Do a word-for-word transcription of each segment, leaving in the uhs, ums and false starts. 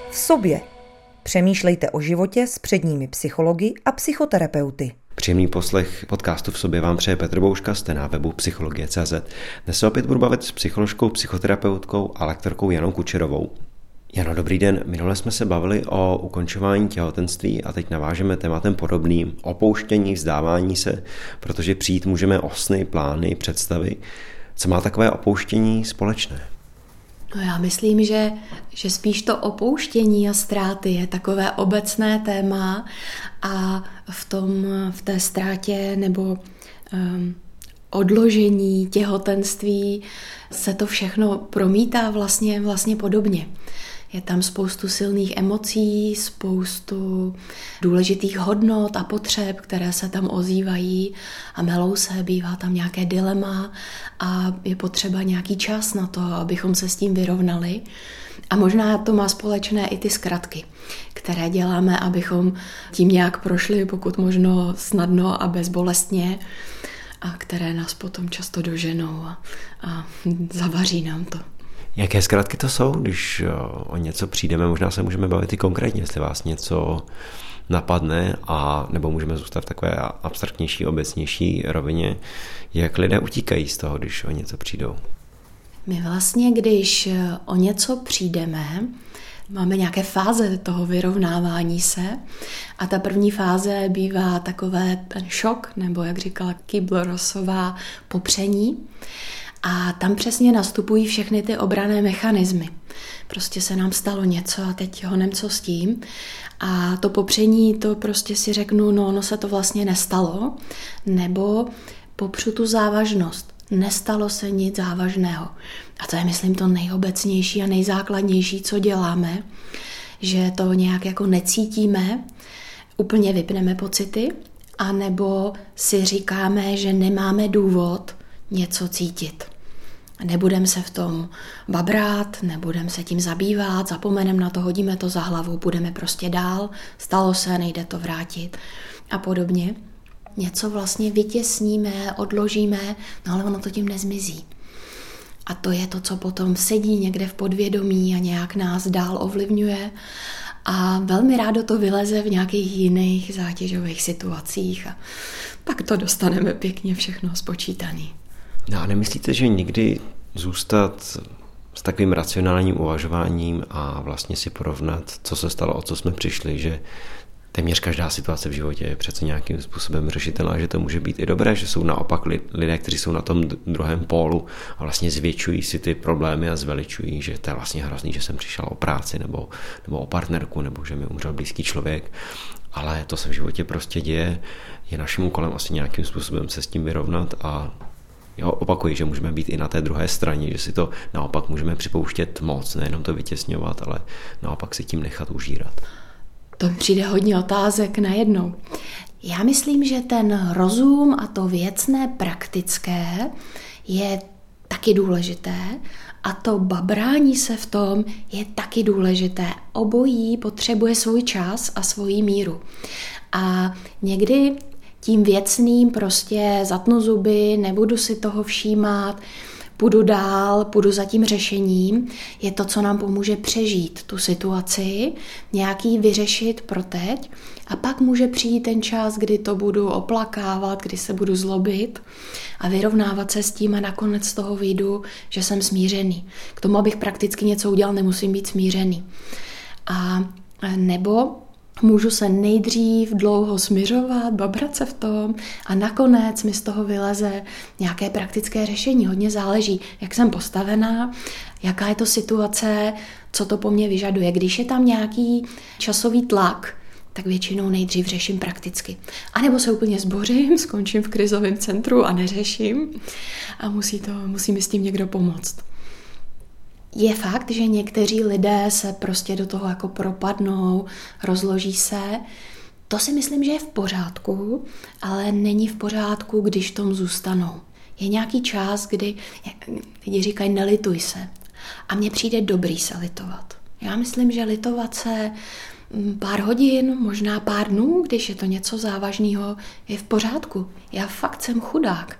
V sobě. Přemýšlejte o životě s předními psychology a psychoterapeuty. Příjemný poslech podcastu V sobě vám přeje Petr Bouška, jste na webu psychologie tečka cé zet. Dnes se opět budu bavit s psycholožkou, psychoterapeutkou a lektorkou Janou Kučerovou. Jano, dobrý den. Minule jsme se bavili o ukončování těhotenství a teď navážeme tématem podobným, opouštění, vzdávání se, protože přijít můžeme o sny, plány, představy. Co má takové opouštění společné? No já myslím, že, že spíš to opouštění a ztráty je takové obecné téma a v tom, v té ztrátě nebo um, odložení těhotenství se to všechno promítá vlastně, vlastně podobně. Je tam spoustu silných emocí, spoustu důležitých hodnot a potřeb, které se tam ozývají a melou se, bývá tam nějaké dilema a je potřeba nějaký čas na to, abychom se s tím vyrovnali. A možná to má společné i ty zkratky, které děláme, abychom tím nějak prošli, pokud možno snadno a bezbolestně, a které nás potom často doženou a, a zavaří nám to. Jaké zkratky to jsou, když o něco přijdeme? Možná se můžeme bavit i konkrétně, jestli vás něco napadne, a nebo můžeme zůstat v takové abstraktnější, obecnější rovině. Jak lidé utíkají z toho, když o něco přijdou? My vlastně, když o něco přijdeme, máme nějaké fáze toho vyrovnávání se a ta první fáze bývá takové ten šok, nebo jak říkala Kübler-Rossová, popření. A tam přesně nastupují všechny ty obranné mechanismy. Prostě se nám stalo něco a teď honem co s tím. A to popření, to prostě si řeknu, no ono se to vlastně nestalo, nebo popřu tu závažnost. Nestalo se nic závažného. A to je, myslím, to nejobecnější a nejzákladnější, co děláme, že to nějak jako necítíme, úplně vypneme pocity, anebo si říkáme, že nemáme důvod něco cítit. Nebudeme se v tom babrát, nebudeme se tím zabývat, zapomeneme na to, hodíme to za hlavu, budeme prostě dál, stalo se, nejde to vrátit a podobně. Něco vlastně vytěsníme, odložíme, no ale ono to tím nezmizí. A to je to, co potom sedí někde v podvědomí a nějak nás dál ovlivňuje a velmi rádo to vyleze v nějakých jiných zátěžových situacích a pak to dostaneme pěkně všechno spočítaný. No a nemyslíte, že někdy zůstat s takovým racionálním uvažováním a vlastně si porovnat, co se stalo, o co jsme přišli, že téměř každá situace v životě je přece nějakým způsobem řešitelná, že to může být i dobré, že jsou naopak lidé, kteří jsou na tom druhém pólu a vlastně zvětšují si ty problémy a zveličují, že to je vlastně hrozný, že jsem přišel o práci nebo, nebo o partnerku, nebo že mi umřel blízký člověk, ale to se v životě prostě děje, je naším úkolem asi nějakým způsobem se s tím vyrovnat a jo, opakuji, že můžeme být i na té druhé straně, že si to naopak můžeme připouštět moc, nejenom to vytěsňovat, ale naopak si tím nechat užírat. To přijde hodně otázek najednou. Já myslím, že ten rozum a to věcné, praktické je taky důležité a to babrání se v tom je taky důležité. Obojí potřebuje svůj čas a svoji míru. A někdy tím věcným prostě zatnu zuby, nebudu si toho všímat, půjdu dál, půjdu za tím řešením, je to, co nám pomůže přežít tu situaci, nějaký vyřešit pro teď a pak může přijít ten čas, kdy to budu oplakávat, kdy se budu zlobit a vyrovnávat se s tím a nakonec z toho vyjdu, že jsem smířený. K tomu, abych prakticky něco udělal, nemusím být smířený. A nebo můžu se nejdřív dlouho smiřovat, babrat se v tom a nakonec mi z toho vyleze nějaké praktické řešení. Hodně záleží, jak jsem postavená, jaká je to situace, co to po mně vyžaduje. Když je tam nějaký časový tlak, tak většinou nejdřív řeším prakticky. A nebo se úplně zbořím, skončím v krizovém centru a neřeším a musí, to, musí mi s tím někdo pomoct. Je fakt, že někteří lidé se prostě do toho jako propadnou, rozloží se. To si myslím, že je v pořádku, ale není v pořádku, když tom zůstanou. Je nějaký čas, kdy lidi říkají nelituj se. A mně přijde dobrý se litovat. Já myslím, že litovat se pár hodin, možná pár dnů, když je to něco závažného, je v pořádku. Já fakt jsem chudák,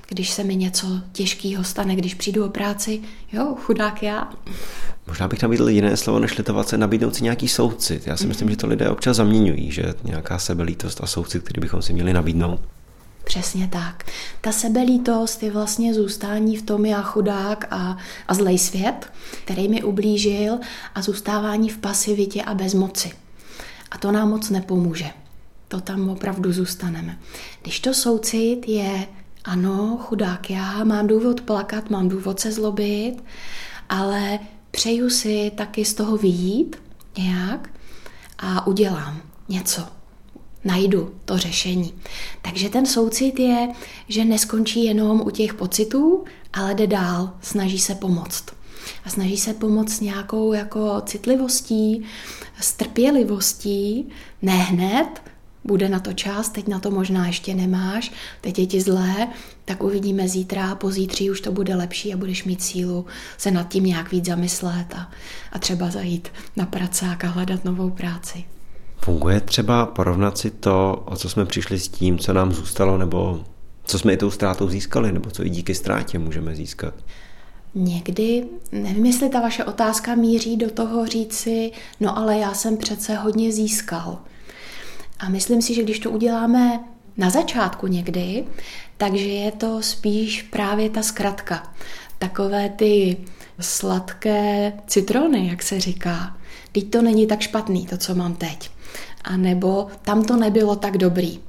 když se mi něco těžkého stane, když přijdu o práci, jo, chudák já. Možná bych nabídl jiné slovo, než litovat se, nabídnout si nějaký soucit. Já si mm-hmm. myslím, že to lidé občas zaměňují, že nějaká sebelítost a soucit, který bychom si měli nabídnout. Přesně tak. Ta sebelítost je vlastně zůstání v tom já chudák a, a zlej svět, který mi ublížil, a zůstávání v pasivitě a bezmoci. A to nám moc nepomůže. To tam opravdu zůstaneme. Když to soucit je, ano, chudák já, mám důvod plakat, mám důvod se zlobit, ale přeju si taky z toho vyjít nějak a udělám něco. Najdu to řešení. Takže ten soucit je, že neskončí jenom u těch pocitů, ale jde dál, snaží se pomoct. A snaží se pomoct nějakou jako citlivostí, strpělivostí, ne hned, bude na to čas, teď na to možná ještě nemáš, teď je ti zlé, tak uvidíme zítra, pozítří už to bude lepší a budeš mít sílu se nad tím nějak víc zamyslet a, a třeba zajít na pracák a hledat novou práci. Funguje třeba porovnat si to, o co jsme přišli s tím, co nám zůstalo, nebo co jsme i tou ztrátou získali, nebo co i díky ztrátě můžeme získat? Někdy, nevím, jestli ta vaše otázka míří do toho říci, no ale já jsem přece hodně získal. A myslím si, že když to uděláme na začátku někdy, takže je to spíš právě ta zkratka. Takové ty sladké citrony, jak se říká. Teď to není tak špatný, to, co mám teď. A nebo tam to nebylo tak dobrý.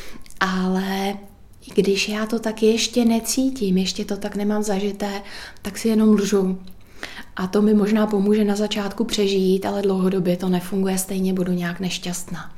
Ale když já to tak ještě necítím, ještě to tak nemám zažité, tak si jenom lžu. A to mi možná pomůže na začátku přežít, ale dlouhodobě to nefunguje, stejně budu nějak nešťastná.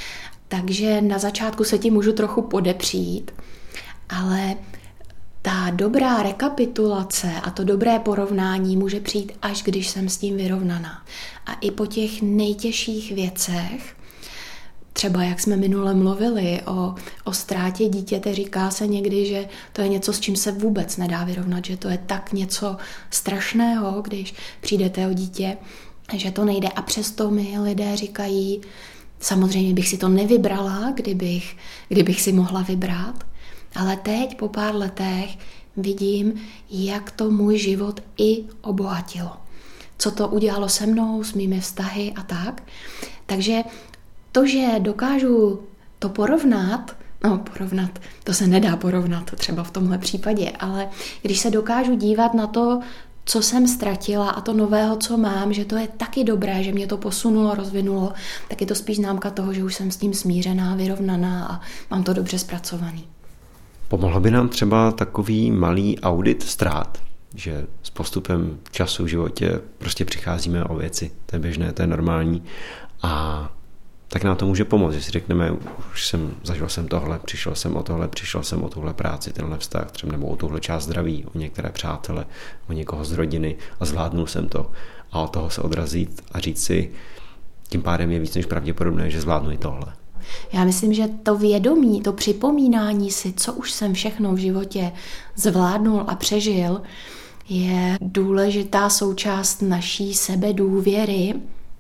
Takže na začátku se tím můžu trochu podepřít, ale ta dobrá rekapitulace a to dobré porovnání může přijít, až když jsem s tím vyrovnaná. A i po těch nejtěžších věcech, třeba jak jsme minule mluvili o, o ztrátě dítěte, říká se někdy, že to je něco, s čím se vůbec nedá vyrovnat, že to je tak něco strašného, když přijdete o dítě, že to nejde. A přesto mi lidé říkají, samozřejmě bych si to nevybrala, kdybych, kdybych si mohla vybrat, ale teď po pár letech vidím, jak to můj život i obohatilo. Co to udělalo se mnou, s mými vztahy a tak. Takže to, že dokážu to porovnat, no porovnat, to se nedá porovnat třeba v tomhle případě, ale když se dokážu dívat na to, co jsem ztratila a to nového, co mám, že to je taky dobré, že mě to posunulo, rozvinulo, tak je to spíš známka toho, že už jsem s tím smířená, vyrovnaná a mám to dobře zpracovaný. Pomohlo by nám třeba takový malý audit ztrát, že s postupem času v životě prostě přicházíme o věci, to je běžné, to je normální a tak nám to může pomoct, že si řekneme, už jsem, zažil jsem tohle, přišel jsem o tohle, přišel jsem o tuhle práci, tenhle vztah, třeba nebo o tuhle část zdraví, o některé přátele, o někoho z rodiny a zvládnul jsem to. A od toho se odrazit a říct si, tím pádem je víc než pravděpodobné, že zvládnu i tohle. Já myslím, že to vědomí, to připomínání si, co už jsem všechno v životě zvládnul a přežil, je důležitá součást naší sebedůvěry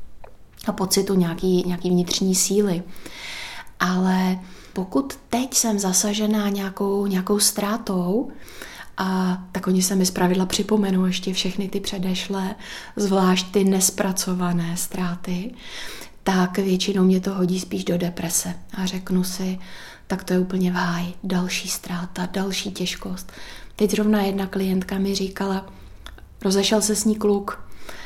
a pocitu nějaký, nějaký vnitřní síly. Ale pokud teď jsem zasažená nějakou, nějakou ztrátou, a tak oni se mi zpravidla připomenou ještě všechny ty předešlé, zvlášť ty nespracované ztráty, tak většinou mě to hodí spíš do deprese. A řeknu si, tak to je úplně v háji, další ztráta, další těžkost. Teď zrovna jedna klientka mi říkala, rozešel se s ní kluk,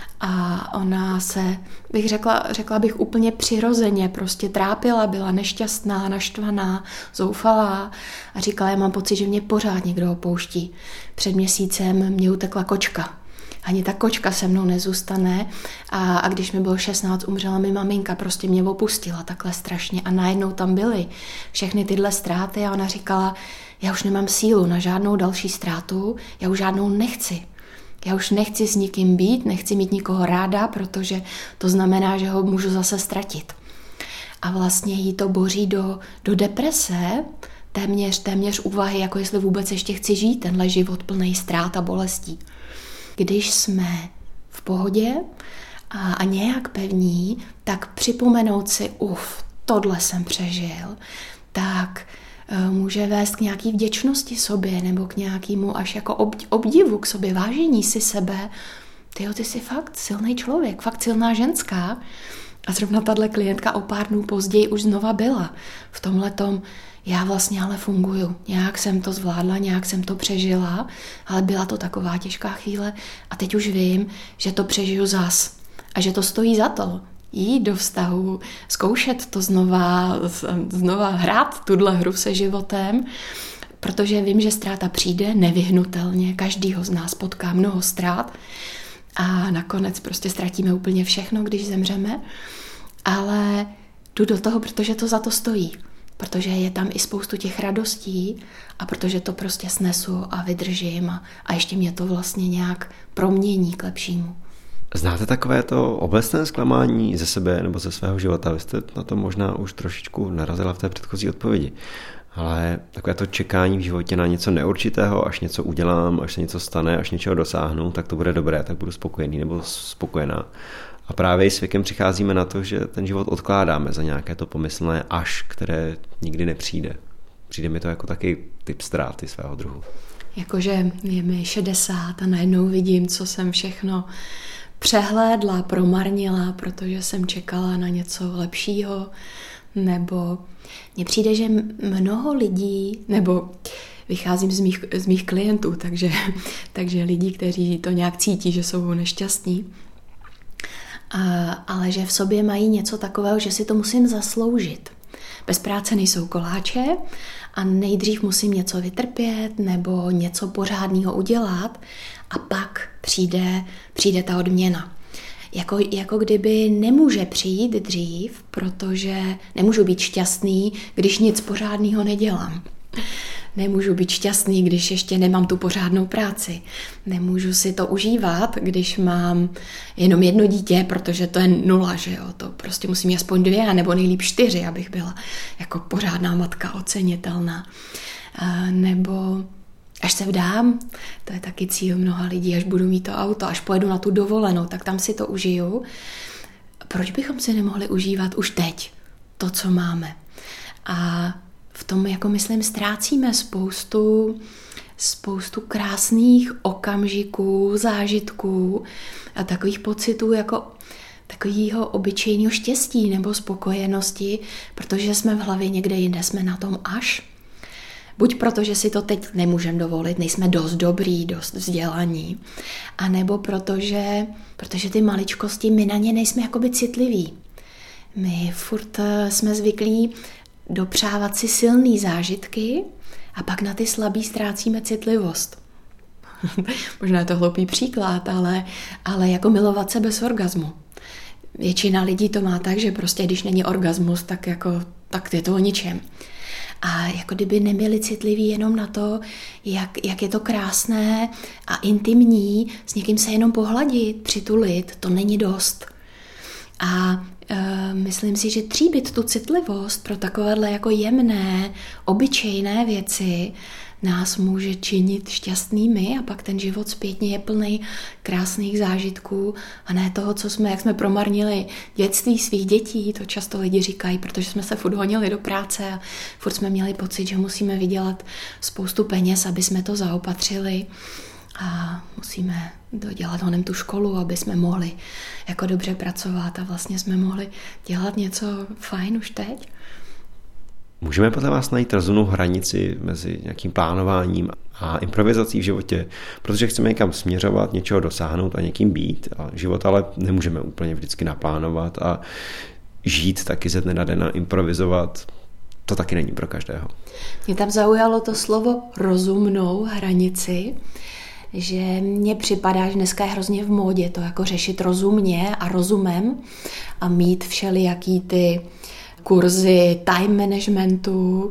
a ona se, bych řekla, řekla bych úplně přirozeně, prostě trápila, byla nešťastná, naštvaná, zoufalá a říkala, já mám pocit, že mě pořád někdo opouští. Před měsícem mě utekla kočka. Ani ta kočka se mnou nezůstane a, a když mi bylo šestnáct, umřela mi maminka, prostě mě opustila takhle strašně a najednou tam byly všechny tyhle ztráty a ona říkala, já už nemám sílu na žádnou další ztrátu, já už žádnou nechci. Já už nechci s nikým být, nechci mít nikoho ráda, protože to znamená, že ho můžu zase ztratit. A vlastně jí to boří do, do deprese, téměř, téměř úvahy, jako jestli vůbec ještě chci žít tenhle život plný ztrát a bolestí. Když jsme v pohodě a, a nějak pevní, tak připomenout si, uf, tohle jsem přežil, tak může vést k nějaký vděčnosti sobě nebo k nějakému až jako obdivu k sobě, vážení si sebe. Tyjo, ty jsi fakt silný člověk, fakt silná ženská. A zrovna tahle klientka o pár dnů později už znova byla v tomhletom, já vlastně ale funguju, nějak jsem to zvládla, nějak jsem to přežila, ale byla to taková těžká chvíle a teď už vím, že to přežiju zas a že to stojí za to. Jít do vztahu, zkoušet to znova, znova hrát tuhle hru se životem, protože vím, že ztráta přijde nevyhnutelně, každýho z nás potká mnoho ztrát a nakonec prostě ztratíme úplně všechno, když zemřeme, ale jdu do toho, protože to za to stojí, protože je tam i spoustu těch radostí a protože to prostě snesu a vydržím a, a ještě mě to vlastně nějak promění k lepšímu. Znáte takové to obecné zklamání ze sebe nebo ze svého života? Vy jste na to možná už trošičku narazila v té předchozí odpovědi. Ale takové to čekání v životě na něco neurčitého, až něco udělám, až se něco stane, až něčeho dosáhnu, tak to bude dobré, tak budu spokojený nebo spokojená. A právě s věkem přicházíme na to, že ten život odkládáme za nějaké to pomyslné až, které nikdy nepřijde. Přijde mi to jako taky typ ztráty svého druhu. Jakože je mi šedesát a najednou vidím, co jsem všechno přehlédla, promarnila, protože jsem čekala na něco lepšího, nebo mně přijde, že mnoho lidí, nebo vycházím z mých, z mých klientů, takže, takže lidi, kteří to nějak cítí, že jsou nešťastní, a, ale že v sobě mají něco takového, že si to musím zasloužit. Bez práce nejsou koláče a nejdřív musím něco vytrpět nebo něco pořádného udělat a pak přijde, přijde ta odměna. Jako, jako kdyby nemůže přijít dřív, protože nemůžu být šťastný, když nic pořádného nedělám. Nemůžu být šťastný, když ještě nemám tu pořádnou práci. Nemůžu si to užívat, když mám jenom jedno dítě, protože to je nula, že jo. To prostě musím mít aspoň dvě, nebo nejlíp čtyři, abych byla jako pořádná matka, ocenitelná. A nebo až se vdám, to je taky cíl mnoha lidí, až budu mít to auto, až pojedu na tu dovolenou, tak tam si to užiju. Proč bychom si nemohli užívat už teď to, co máme? A v tom, jako myslím, ztrácíme spoustu, spoustu krásných okamžiků, zážitků a takových pocitů jako takového obyčejného štěstí nebo spokojenosti, protože jsme v hlavě někde jinde, jsme na tom až. Buď proto, že si to teď nemůžeme dovolit, nejsme dost dobrý, dost vzdělaní, anebo protože, protože ty maličkosti, my na ně nejsme jakoby citliví. My furt jsme zvyklí dopřávat si silný zážitky a pak na ty slabý ztrácíme citlivost. Možná je to hloupý příklad, ale, ale jako milovat se bez orgazmu. Většina lidí to má tak, že prostě když není orgasmus, tak, jako, tak je to o ničem. A jako kdyby nebyli citliví jenom na to, jak, jak je to krásné a intimní, s někým se jenom pohladit, přitulit, to není dost. A e, myslím si, že tříbit tu citlivost pro takovéhle jako jemné, obyčejné věci nás může činit šťastnými a pak ten život zpětně je plný krásných zážitků a ne toho, co jsme, jak jsme promarnili dětství svých dětí, to často lidi říkají, protože jsme se furt honili do práce a furt jsme měli pocit, že musíme vydělat spoustu peněz, aby jsme to zaopatřili a musíme dodělat honem tu školu, aby jsme mohli jako dobře pracovat a vlastně jsme mohli dělat něco fajn už teď. Můžeme podle vás najít rozumnou hranici mezi nějakým plánováním a improvizací v životě, protože chceme někam směřovat, něčeho dosáhnout a někým být. A život ale nemůžeme úplně vždycky naplánovat a žít taky ze dne na den a improvizovat, to taky není pro každého. Mě tam zaujalo to slovo rozumnou hranici, že mně připadá, že dneska je hrozně v módě to jako řešit rozumně a rozumem a mít všelijaký ty kurzy time managementu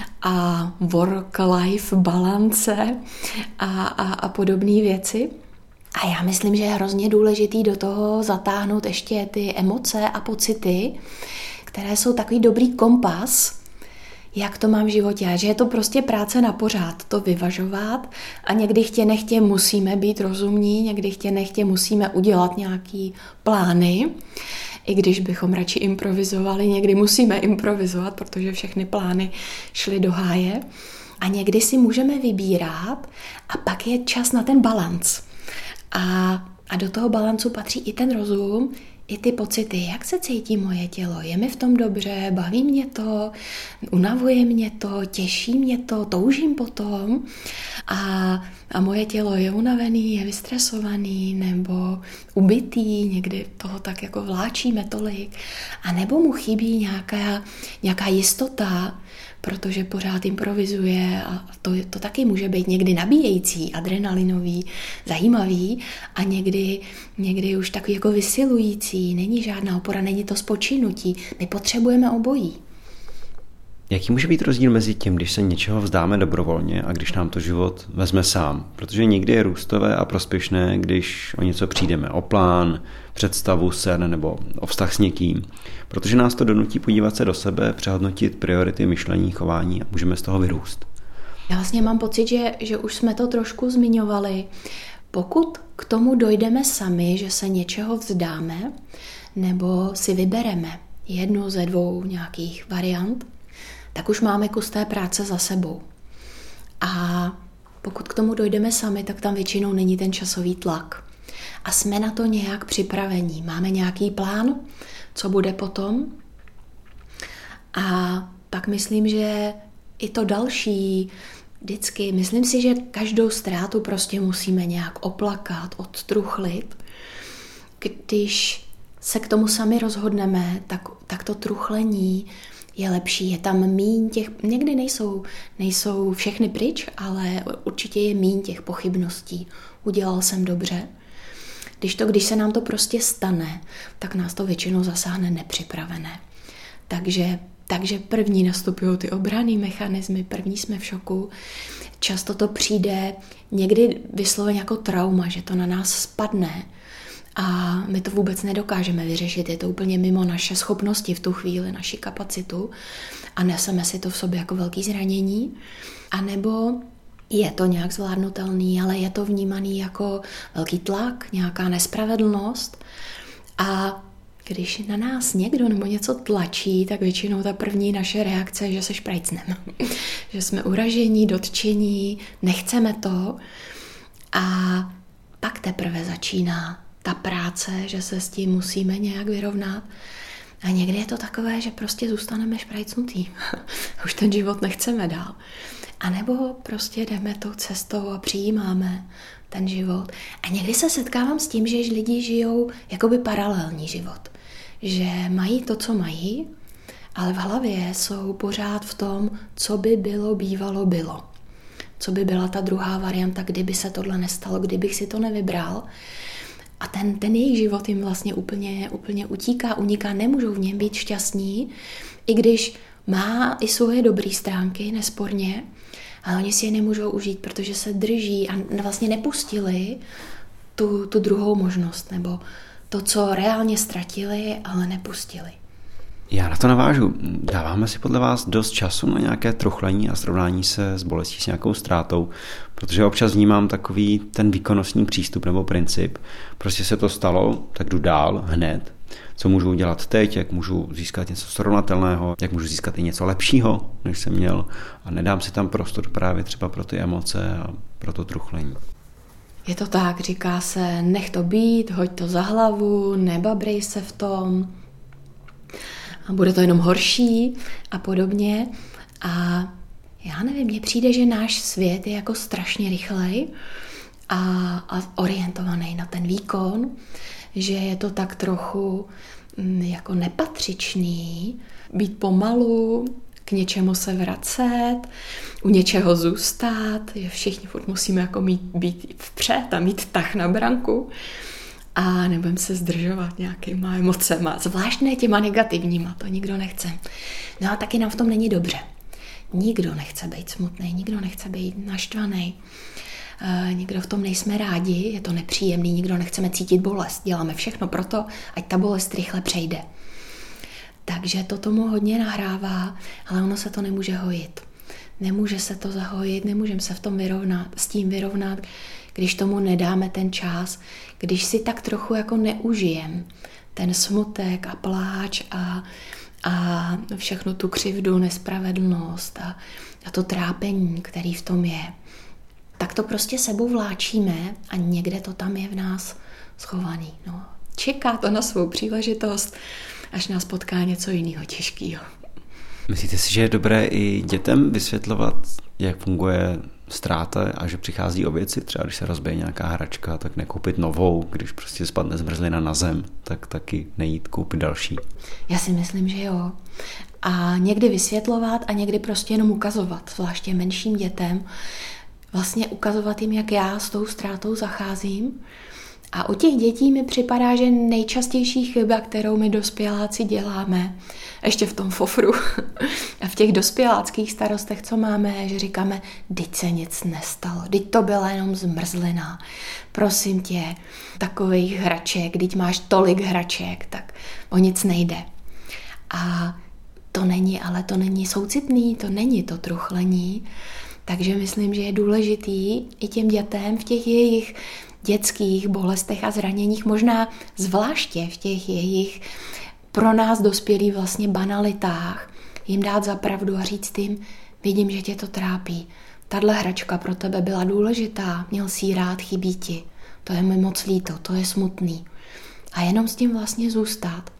a work-life balance a, a, a podobné věci. A já myslím, že je hrozně důležitý do toho zatáhnout ještě ty emoce a pocity, které jsou takový dobrý kompas, jak to mám v životě. A že je to prostě práce na pořád, to vyvažovat a někdy chtě nechtě musíme být rozumní, někdy chtě nechtě musíme udělat nějaký plány, i když bychom radši improvizovali, někdy musíme improvizovat, protože všechny plány šly do háje. A někdy si můžeme vybírat a pak je čas na ten balanc. A, a do toho balancu patří i ten rozum, i ty pocity, jak se cítí moje tělo, je mi v tom dobře, baví mě to, unavuje mě to, těší mě to, toužím potom a, a moje tělo je unavený, je vystresovaný nebo ubitý, někdy toho tak jako vláčíme tolik, a nebo mu chybí nějaká, nějaká jistota, protože pořád improvizuje a to, to taky může být někdy nabíjející, adrenalinový, zajímavý a někdy, někdy už takový jako vysilující, není žádná opora, není to spočinutí. My potřebujeme obojí. Jaký může být rozdíl mezi tím, když se něčeho vzdáme dobrovolně a když nám to život vezme sám? Protože někdy je růstové a prospěšné, když o něco přijdeme, o plán, představu, sen nebo o vztah s někým. Protože nás to donutí podívat se do sebe, přehodnotit priority myšlení, chování a můžeme z toho vyrůst. Já vlastně mám pocit, že, že už jsme to trošku zmiňovali. Pokud k tomu dojdeme sami, že se něčeho vzdáme nebo si vybereme jednu ze dvou nějakých variant, tak už máme kus té práce za sebou. A pokud k tomu dojdeme sami, tak tam většinou není ten časový tlak. A jsme na to nějak připravení. Máme nějaký plán, co bude potom. A pak myslím, že i to další, vždycky, myslím si, že každou ztrátu prostě musíme nějak oplakat, odtruchlit. Když se k tomu sami rozhodneme, tak, tak to truchlení je lepší, je tam míň těch, někdy nejsou, nejsou všechny pryč, ale určitě je míň těch pochybností. Udělal jsem dobře. Když to, když se nám to prostě stane, tak nás to většinou zasáhne nepřipravené. Takže, takže první nastupují ty obranné mechanismy, první jsme v šoku. Často to přijde někdy vysloveně jako trauma, že to na nás spadne. A my to vůbec nedokážeme vyřešit, je to úplně mimo naše schopnosti v tu chvíli, naši kapacitu a neseme si to v sobě jako velký zranění. A nebo je to nějak zvládnutelný, ale je to vnímaný jako velký tlak, nějaká nespravedlnost. A když na nás někdo nebo něco tlačí, tak většinou ta první naše reakce je, že se šprajcneme. Že jsme uražení, dotčení, nechceme to. A pak teprve začíná ta práce, že se s tím musíme nějak vyrovnat. A někdy je to takové, že prostě zůstaneme šprajcnutý. Už ten život nechceme dál. A nebo prostě jdeme tou cestou a přijímáme ten život. A někdy se setkávám s tím, že lidi žijou jakoby paralelní život. Že mají to, co mají, ale v hlavě jsou pořád v tom, co by bylo, bývalo, bylo. Co by byla ta druhá varianta, kdyby se tohle nestalo, kdybych si to nevybral. A ten, ten jejich život jim vlastně úplně, úplně utíká, uniká, nemůžou v něm být šťastní, i když má i svoje dobré stránky, nesporně, ale oni si je nemůžou užít, protože se drží a vlastně nepustili tu, tu druhou možnost, nebo to, co reálně ztratili, ale nepustili. Já na to navážu. Dáváme si podle vás dost času na nějaké truchlení a srovnání se s bolestí, s nějakou ztrátou, protože občas vnímám takový ten výkonnostní přístup nebo princip. Prostě se to stalo, tak jdu dál, hned. Co můžu udělat teď, jak můžu získat něco srovnatelného, jak můžu získat i něco lepšího, než jsem měl. A nedám si tam prostor právě třeba pro ty emoce a pro to truchlení. Je to tak, říká se, nech to být, hoď to za hlavu, nebabrej se v tom. A bude to jenom horší a podobně. A já nevím, mně přijde, že náš svět je jako strašně rychlej a, a orientovaný na ten výkon, že je to tak trochu m, jako nepatřičný být pomalu, k něčemu se vracet, u něčeho zůstat, že všichni furt musíme jako mít, být vpřed a mít tah na branku. A nebudeme se zdržovat nějakýma emocema, zvlášť ne těma negativníma, to nikdo nechce. No a taky nám v tom není dobře. Nikdo nechce být smutný, nikdo nechce být naštvaný, e, nikdo v tom nejsme rádi, je to nepříjemný, nikdo nechceme cítit bolest. Děláme všechno proto, ať ta bolest rychle přejde. Takže to tomu hodně nahrává, ale ono se to nemůže hojit. Nemůže se to zahojit, nemůžeme se v tom vyrovnat, s tím vyrovnat, když tomu nedáme ten čas, když si tak trochu jako neužijem ten smutek a pláč a, a všechno tu křivdu, nespravedlnost a, a to trápení, který v tom je, tak to prostě sebou vláčíme a někde to tam je v nás schovaný. No, čeká to na svou příležitost, až nás potká něco jiného těžkého. Myslíte si, že je dobré i dětem vysvětlovat, jak funguje ztráta a že přichází o věci? Třeba když se rozbije nějaká hračka, tak nekoupit novou, když prostě spadne zmrzlina na zem, tak taky nejít koupit další. Já si myslím, že jo. A někdy vysvětlovat a někdy prostě jenom ukazovat, zvláště menším dětem, vlastně ukazovat jim, jak já s tou ztrátou zacházím. A u těch dětí mi připadá, že nejčastější chyba, kterou my dospěláci děláme, ještě v tom fofru a v těch dospěláckých starostech, co máme, že říkáme, vždyť se nic nestalo, vždyť to byla jenom zmrzlina. Prosím tě, takových hraček, vždyť máš tolik hraček, tak o nic nejde. A to není, ale to není soucitný, to není to truchlení. Takže myslím, že je důležitý i těm dětem v těch jejich dětských bolestech a zraněních, možná zvláště v těch jejich pro nás dospělých vlastně banalitách, jim dát za pravdu a říct jim, vidím, že tě to trápí. Tahle hračka pro tebe byla důležitá, měl jsi ji rád, chybí ti. To je mi moc líto, to je smutný. A jenom s tím vlastně zůstat.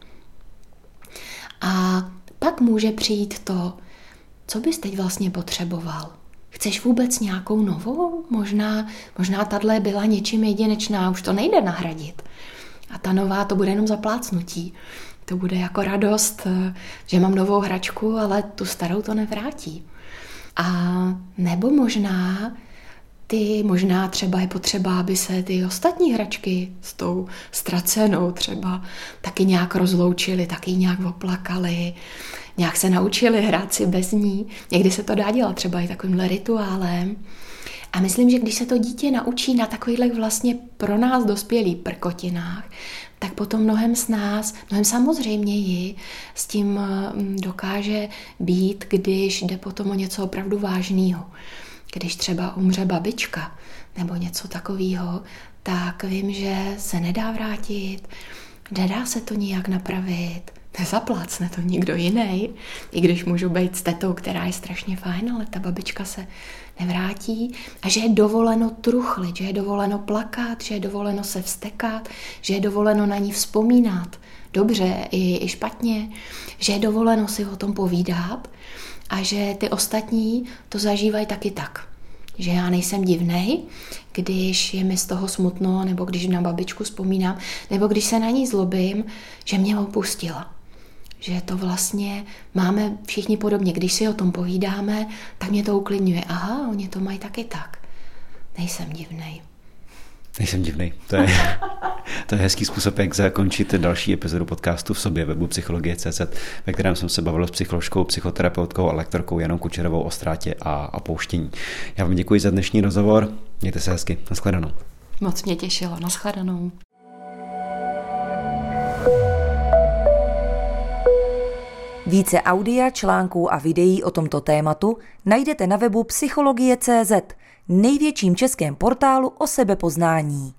A pak může přijít to, co bys teď vlastně potřeboval. Chceš vůbec nějakou novou? Možná, možná tahle byla něčím jedinečná, už to nejde nahradit. A ta nová to bude jenom zaplácnutí. To bude jako radost, že mám novou hračku, ale tu starou to nevrátí. A nebo možná ty, možná třeba je potřeba, aby se ty ostatní hračky s tou ztracenou třeba taky nějak rozloučily, taky nějak oplakali, nějak se naučili hrát si bez ní. Někdy se to dá dělat třeba i takovýmhle rituálem. A myslím, že když se to dítě naučí na takových vlastně pro nás dospělých prkotinách, tak potom mnohem s nás, mnohem samozřejměji s tím dokáže být, když jde potom o něco opravdu vážného. Když třeba umře babička nebo něco takového, tak vím, že se nedá vrátit, nedá se to nijak napravit, nezaplácne to nikdo jiný, i když můžu být s tetou, která je strašně fajn, ale ta babička se nevrátí a že je dovoleno truchlit, že je dovoleno plakat, že je dovoleno se vztekat, že je dovoleno na ní vzpomínat, dobře i, i špatně, že je dovoleno si o tom povídat a že ty ostatní to zažívají taky tak. Že já nejsem divnej, když je mi z toho smutno, nebo když na babičku vzpomínám, nebo když se na ní zlobím, že mě opustila. Že to vlastně máme všichni podobně. Když si o tom povídáme, tak mě to uklidňuje. Aha, oni to mají taky tak. Nejsem divnej. Nejsem divnej. To je, to je hezký způsob, jak zakončit další epizodu podcastu v sobě webu psychologie tečka cé zet, ve kterém jsem se bavil s psycholožkou, psychoterapeutkou a lektorkou Janou Kučerovou o ztrátě a opouštění. Já vám děkuji za dnešní rozhovor. Mějte se hezky. Naschledanou. Moc mě těšilo. Naschledanou. Více audia, článků a videí o tomto tématu najdete na webu psychologie tečka cé zet, největším českém portálu o sebepoznání.